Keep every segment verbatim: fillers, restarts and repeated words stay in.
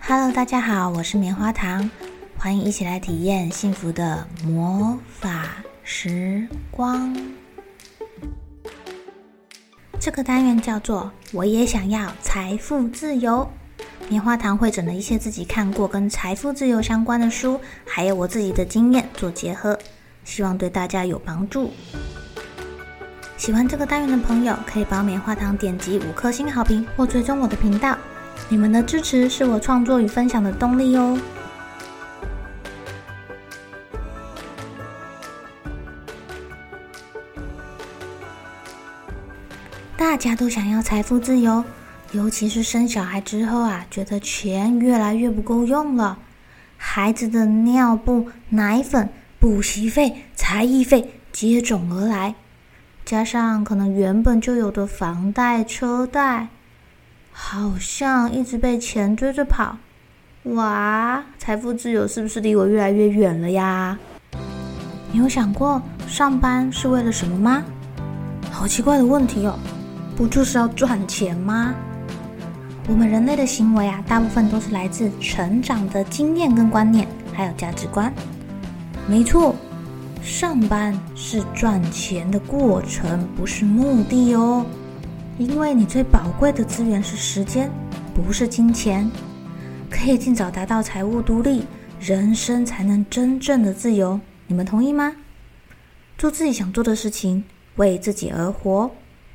Hello， 大家好，我是棉花糖，欢迎一起来体验幸福的魔法时光。这个单元叫做我也想要财富自由。棉花糖汇整了一些自己看过跟财富自由相关的书，还有我自己的经验做结合，希望对大家有帮助。喜欢这个单元的朋友可以帮棉花糖点击五颗星好评或追踪我的频道，你们的支持是我创作与分享的动力哦。大家都想要财富自由，尤其是生小孩之后啊，觉得钱越来越不够用了。孩子的尿布、奶粉、补习费、才艺费接踵而来，加上可能原本就有的房贷、车贷，好像一直被钱追着跑。哇，财富自由是不是离我越来越远了呀？你有想过上班是为了什么吗？好奇怪的问题哦，不就是要赚钱吗？我们人类的行为啊，大部分都是来自成长的经验跟观念，还有价值观。没错，上班是赚钱的过程，不是目的哦。因为你最宝贵的资源是时间，不是金钱。可以尽早达到财务独立，人生才能真正的自由。你们同意吗？做自己想做的事情，为自己而活。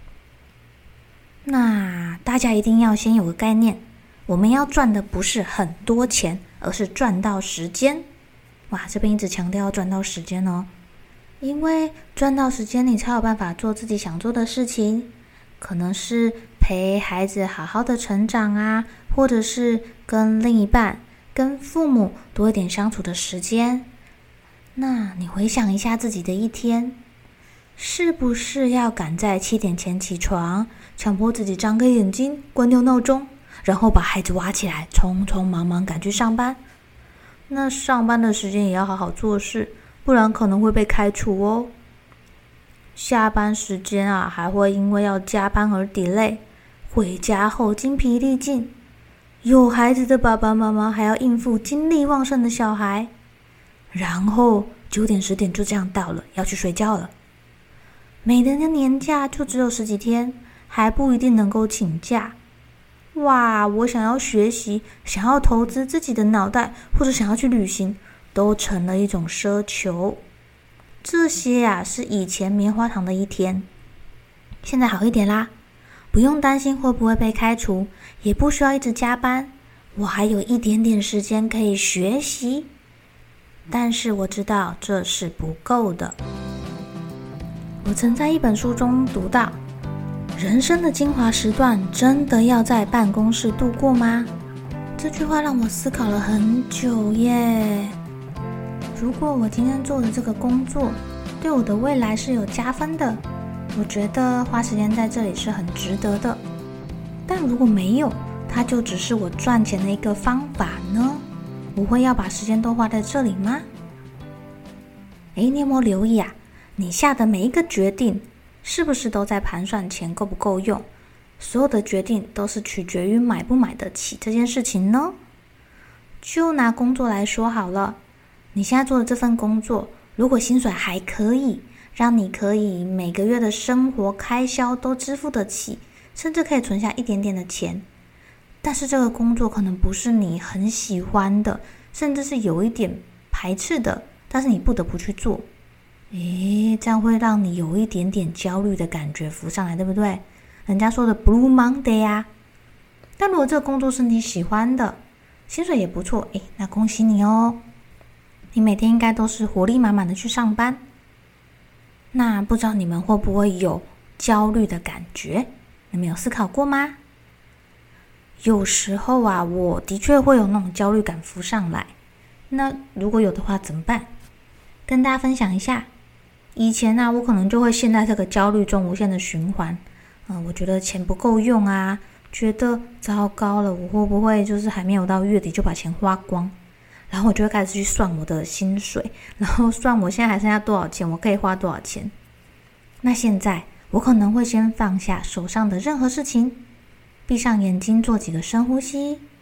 那大家一定要先有个概念，我们要赚的不是很多钱，而是赚到时间。哇，这边一直强调要赚到时间哦，因为赚到时间你才有办法做自己想做的事情，可能是陪孩子好好的成长啊，或者是跟另一半、跟父母多一点相处的时间。那你回想一下自己的一天，是不是要赶在七点前起床，强迫自己张开眼睛，关掉闹钟，然后把孩子挖起来，匆匆忙忙赶去上班？那上班的时间也要好好做事，不然可能会被开除哦。下班时间啊，还会因为要加班而 delay， 回家后精疲力尽。有孩子的爸爸妈妈还要应付精力旺盛的小孩，然后九点十点就这样到了，要去睡觉了。每年的年假就只有十几天，还不一定能够请假。哇，我想要学习，想要投资自己的脑袋，或者想要去旅行，都成了一种奢求。这些啊，是以前棉花糖的一天，现在好一点啦，不用担心会不会被开除，也不需要一直加班，我还有一点点时间可以学习。但是我知道这是不够的。我曾在一本书中读到，人生的精华时段真的要在办公室度过吗？这句话让我思考了很久耶。如果我今天做的这个工作对我的未来是有加分的，我觉得花时间在这里是很值得的。但如果没有，它就只是我赚钱的一个方法呢？我会要把时间都花在这里吗？诶，你有没有留意啊？你下的每一个决定，是不是都在盘算钱够不够用？所有的决定都是取决于买不买得起这件事情呢？就拿工作来说好了，你现在做的这份工作，如果薪水还可以，让你可以每个月的生活开销都支付得起，甚至可以存下一点点的钱，但是这个工作可能不是你很喜欢的，甚至是有一点排斥的，但是你不得不去做。诶，这样会让你有一点点焦虑的感觉浮上来，对不对？人家说的 Blue Monday 啊。但如果这个工作是你喜欢的，薪水也不错，诶，那恭喜你哦。你每天应该都是活力满满的去上班。那不知道你们会不会有焦虑的感觉？你们有思考过吗？有时候啊，我的确会有那种焦虑感浮上来。那如果有的话怎么办？跟大家分享一下。以前啊，我可能就会陷在这个焦虑中无限的循环。呃，我觉得钱不够用啊，觉得糟糕了，我会不会就是还没有到月底就把钱花光？然后我就会开始去算我的薪水，然后算我现在还剩下多少钱，我可以花多少钱。那现在我可能会先放下手上的任何事情，闭上眼睛做几个深呼吸，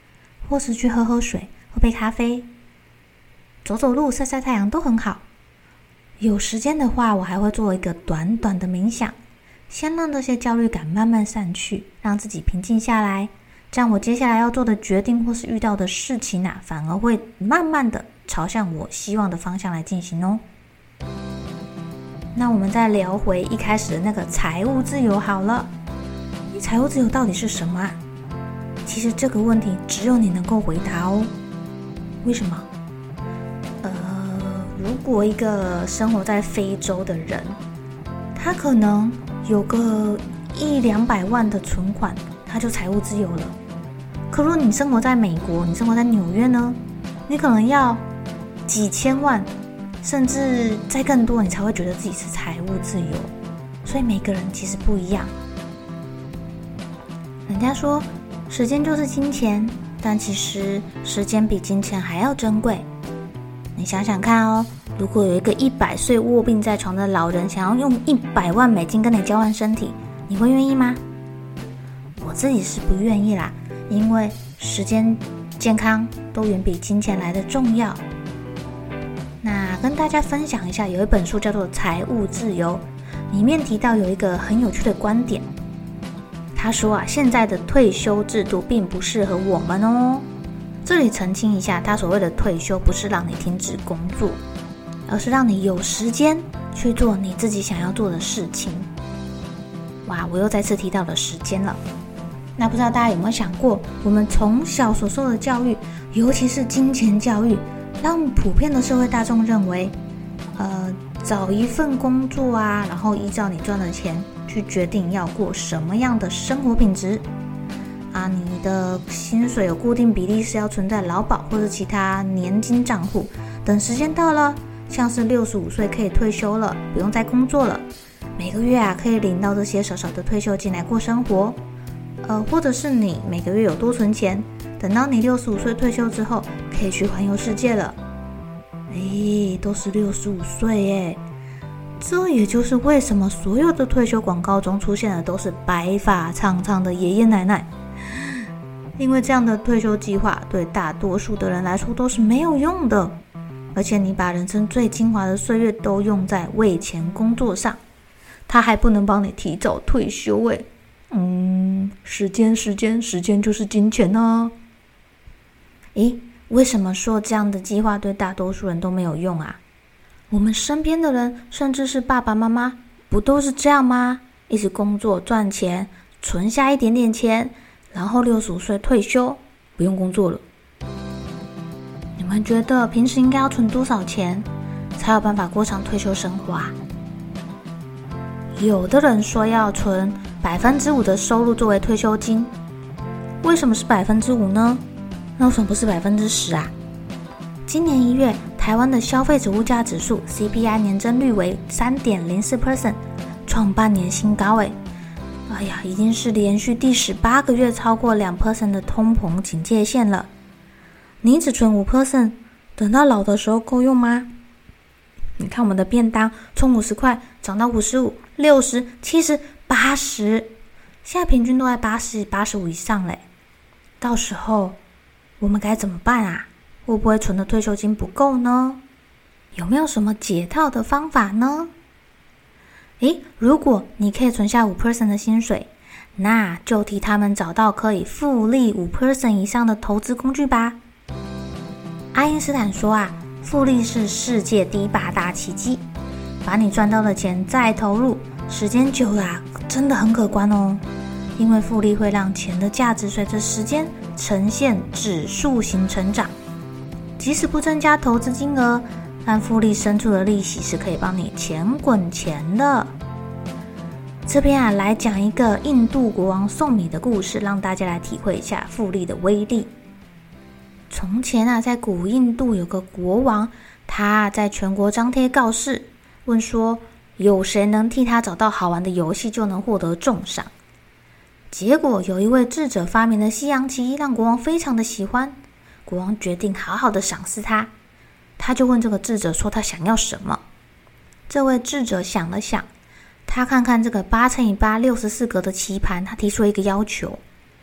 或是去喝喝水，喝杯咖啡，走走路，晒晒太阳都很好。有时间的话，我还会做一个短短的冥想，先让这些焦虑感慢慢散去，让自己平静下来，这样我接下来要做的决定或是遇到的事情啊，反而会慢慢的朝向我希望的方向来进行哦。那我们再聊回一开始的那个财务自由好了。财务自由到底是什么啊？其实这个问题只有你能够回答哦。为什么？呃，如果一个生活在非洲的人，他可能有个一两百万的存款，他就财务自由了。可如果你生活在美国，你生活在纽约呢，你可能要几千万，甚至再更多，你才会觉得自己是财务自由。所以每个人其实不一样。人家说时间就是金钱，但其实时间比金钱还要珍贵。你想想看哦，如果有一个一百岁卧病在床的老人想要用一百万美金跟你交换身体，你会愿意吗？我自己是不愿意啦，因为时间、健康都远比金钱来的重要。那跟大家分享一下，有一本书叫做《财务自由》，里面提到有一个很有趣的观点。他说啊，现在的退休制度并不适合我们哦。这里澄清一下，他所谓的退休不是让你停止工作，而是让你有时间去做你自己想要做的事情。哇，我又再次提到了时间了。那不知道大家有没有想过，我们从小所受的教育，尤其是金钱教育，让普遍的社会大众认为，呃，找一份工作啊，然后依照你赚的钱去决定要过什么样的生活品质啊，你的薪水有固定比例是要存在劳保或者其他年金账户，等时间到了，像是六十五岁可以退休了，不用再工作了，每个月啊可以领到这些少少的退休金来过生活。呃，或者是你每个月有多存钱，等到你六十五岁退休之后，可以去环游世界了。诶，都是六十五岁耶！这也就是为什么所有的退休广告中出现的都是白发苍苍的爷爷奶奶，因为这样的退休计划对大多数的人来说都是没有用的，而且你把人生最精华的岁月都用在为钱工作上，他还不能帮你提早退休诶。嗯，时间时间时间就是金钱啊。诶，为什么说这样的计划对大多数人都没有用啊？我们身边的人，甚至是爸爸妈妈，不都是这样吗？一直工作赚钱，存下一点点钱，然后六十五岁退休，不用工作了。你们觉得平时应该要存多少钱，才有办法过上退休生活啊？有的人说要存百分之五的收入作为退休金，为什么是百分之五呢？那为什么不是百分之十啊？今年一月，台湾的消费者物价指数 C P I 年增率为 百分之三点零四， 创半年新高诶。哎呀，已经是连续第十八个月超过 百分之二 的通膨警戒线了。你只存 百分之五， 等到老的时候够用吗？你看我们的便当从五十块涨到五十五、六十、七十、八十，现在平均都在八十、八十五以上嘞。到时候我们该怎么办啊？会不会存的退休金不够呢？有没有什么解套的方法呢？诶，如果你可以存下 百分之五 的薪水，那就替他们找到可以复利 百分之五 以上的投资工具吧。爱因斯坦说啊，复利是世界第八大奇迹，把你赚到的钱再投入，时间久了啊，真的很可观哦。因为复利会让钱的价值随着时间呈现指数型成长，即使不增加投资金额，但复利生出的利息是可以帮你钱滚钱的。这边啊，来讲一个印度国王送米的故事，让大家来体会一下复利的威力。从前啊，在古印度有个国王，他在全国张贴告示，问说有谁能替他找到好玩的游戏，就能获得重赏。结果有一位智者发明了西洋棋，让国王非常的喜欢。国王决定好好的赏识他，他就问这个智者说他想要什么。这位智者想了想，他看看这个八乘以八六十四格的棋盘，他提出了一个要求。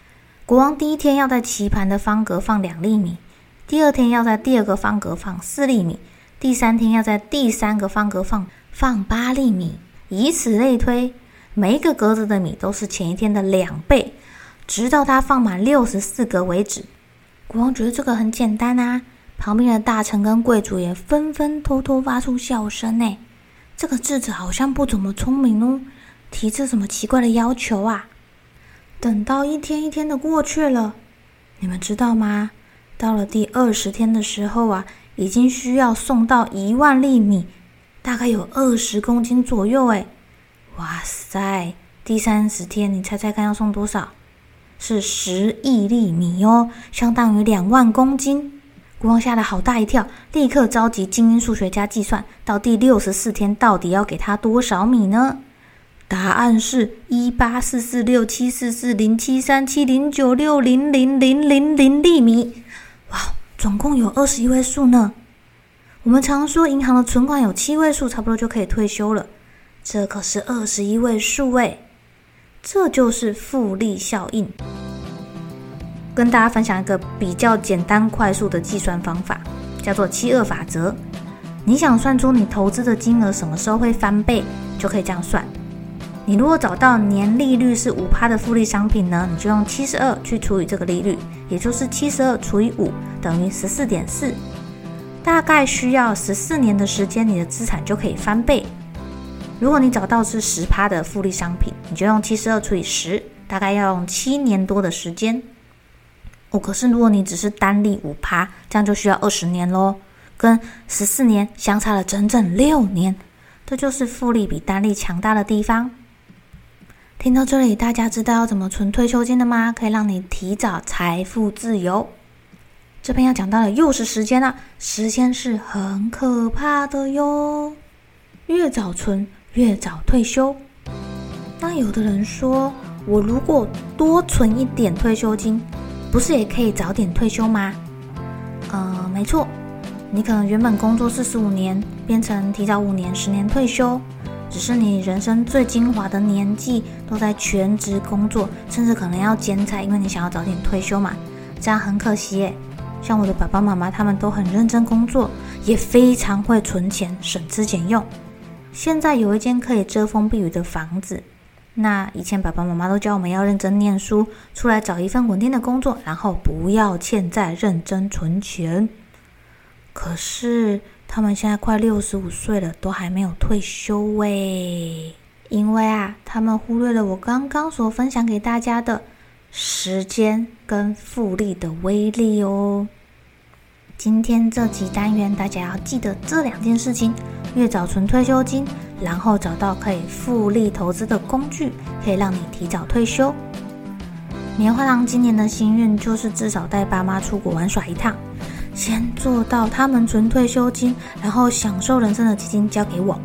国王第一天要在棋盘的方格放两粒米，第二天要在第二个方格放四粒米，第三天要在第三个方格放放八粒米，以此类推，每一个格子的米都是前一天的两倍，直到他放满六十四格为止。国王觉得这个很简单啊，旁边的大臣跟贵族也纷纷偷偷发出笑声呢。这个智者好像不怎么聪明哦，提这什么奇怪的要求啊？等到一天一天的过去了，你们知道吗？到了第二十天的时候啊，已经需要送到一万粒米，大概有二十公斤左右诶。哇塞！第三十天，你猜猜看要送多少？是十亿粒米哦，相当于两万公斤。国王吓了好大一跳，立刻召集精英数学家计算，到第六十四天到底要给他多少米呢？答案是一八四四六七四四零七三七零九六零零零零零粒米。哇，总共有二十一位数呢。我们常说银行的存款有七位数，差不多就可以退休了，这可是二十一位数诶。这就是复利效应。跟大家分享一个比较简单快速的计算方法，叫做七二法则。你想算出你投资的金额什么时候会翻倍，就可以这样算。你如果找到年利率是 百分之五 的复利商品呢，你就用七十二去除以这个利率，也就是七十二除以五等于 十四点四。大概需要十四年的时间，你的资产就可以翻倍。如果你找到是 百分之十 的复利商品，你就用七十二除以十，大概要用七年多的时间。哦，可是如果你只是单利 百分之五， 这样就需要二十年咯，跟十四年相差了整整六年。这就是复利比单利强大的地方。听到这里，大家知道要怎么存退休金了吗？可以让你提早财富自由。这边要讲到的又是时间了，时间是很可怕的哟，越早存越早退休。那有的人说，我如果多存一点退休金，不是也可以早点退休吗？呃，没错，你可能原本工作四十五年，变成提早五年、十年退休，只是你人生最精华的年纪都在全职工作，甚至可能要兼差，因为你想要早点退休嘛，这样很可惜耶。像我的爸爸妈妈，他们都很认真工作，也非常会存钱，省吃俭用。现在有一间可以遮风避雨的房子。那以前爸爸妈妈都教我们要认真念书，出来找一份稳定的工作，然后不要欠债，认真存钱。可是他们现在快六十五岁了，都还没有退休耶。因为啊，他们忽略了我刚刚所分享给大家的时间跟复利的威力哦。今天这集单元大家要记得这两件事情，越早存退休金，然后找到可以复利投资的工具，可以让你提早退休。棉花糖今年的心愿就是至少带爸妈出国玩耍一趟，先做到他们存退休金，然后享受人生的基金交给我。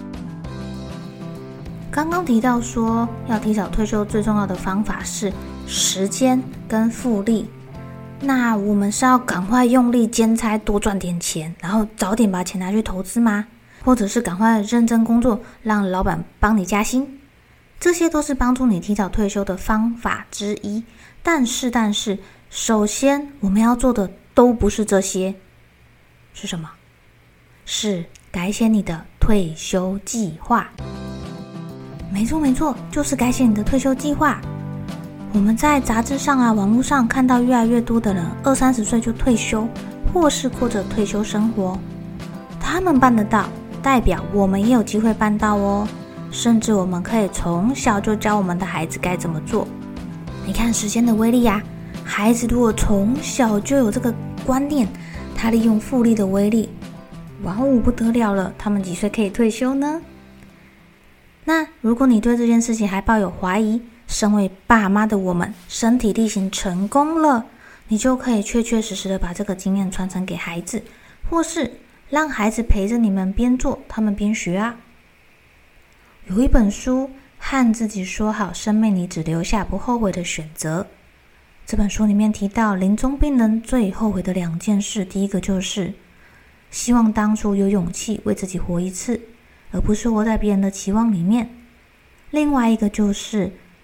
刚刚提到说要提早退休最重要的方法是时间跟复利，那我们是要赶快用力兼差多赚点钱，然后早点把钱拿去投资吗？或者是赶快认真工作，让老板帮你加薪？这些都是帮助你提早退休的方法之一。但是但是首先我们要做的都不是这些。是什么？是改写你的退休计划。没错没错，就是改写你的退休计划。我们在杂志上啊、网络上看到越来越多的人二三十岁就退休，或是过着退休生活。他们办得到，代表我们也有机会办到哦。甚至我们可以从小就教我们的孩子该怎么做。你看时间的威力啊，孩子如果从小就有这个观念，他利用复利的威力，哇哦，不得了了，他们几岁可以退休呢？那如果你对这件事情还抱有怀疑，身为爸妈的我们身体力行成功了，你就可以确确实实的把这个经验传承给孩子，或是让孩子陪着你们边做他们边学啊。有一本书，和自己说好生命里只留下不后悔的选择。这本书里面提到临终病人最后悔的两件事，第一个就是希望当初有勇气为自己活一次，而不是活在别人的期望里面。另外一个就是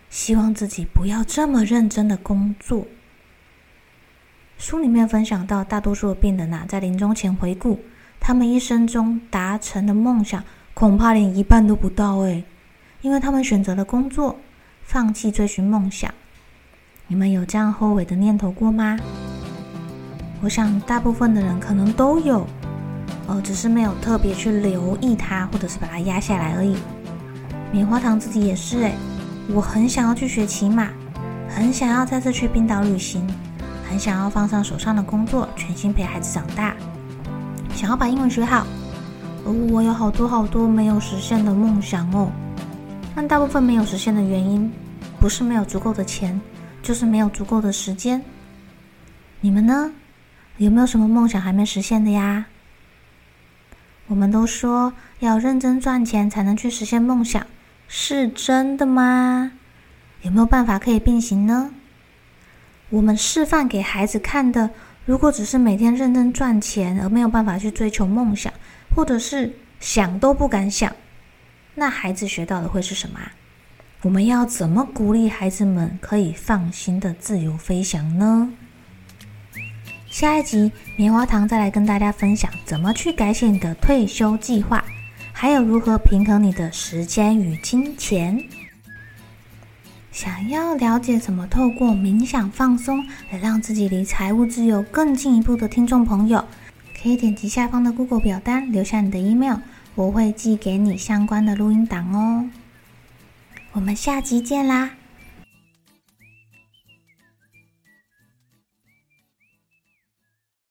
希望自己不要这么认真的工作。书里面分享到，大多数的病人啊，在临终前回顾他们一生中达成的梦想，恐怕连一半都不到诶，因为他们选择了工作，放弃追寻梦想。你们有这样后悔的念头过吗？我想大部分的人可能都有，哦，只是没有特别去留意它，或者是把它压下来而已。棉花糖自己也是诶，我很想要去学骑马，很想要再次去冰岛旅行，很想要放上手上的工作，全心陪孩子长大，想要把英文学好。而我有好多好多没有实现的梦想哦。但大部分没有实现的原因，不是没有足够的钱，就是没有足够的时间。你们呢？有没有什么梦想还没实现的呀？我们都说要认真赚钱才能去实现梦想，是真的吗？有没有办法可以并行呢？我们示范给孩子看的，如果只是每天认真赚钱而没有办法去追求梦想，或者是想都不敢想，那孩子学到的会是什么啊？我们要怎么鼓励孩子们可以放心的自由飞翔呢？下一集棉花糖再来跟大家分享怎么去改写你的退休计划，还有如何平衡你的时间与金钱。想要了解怎么透过冥想放松来让自己离财务自由更进一步的听众朋友，可以点击下方的 Google 表单留下你的 email， 我会寄给你相关的录音档哦。我们下集见啦！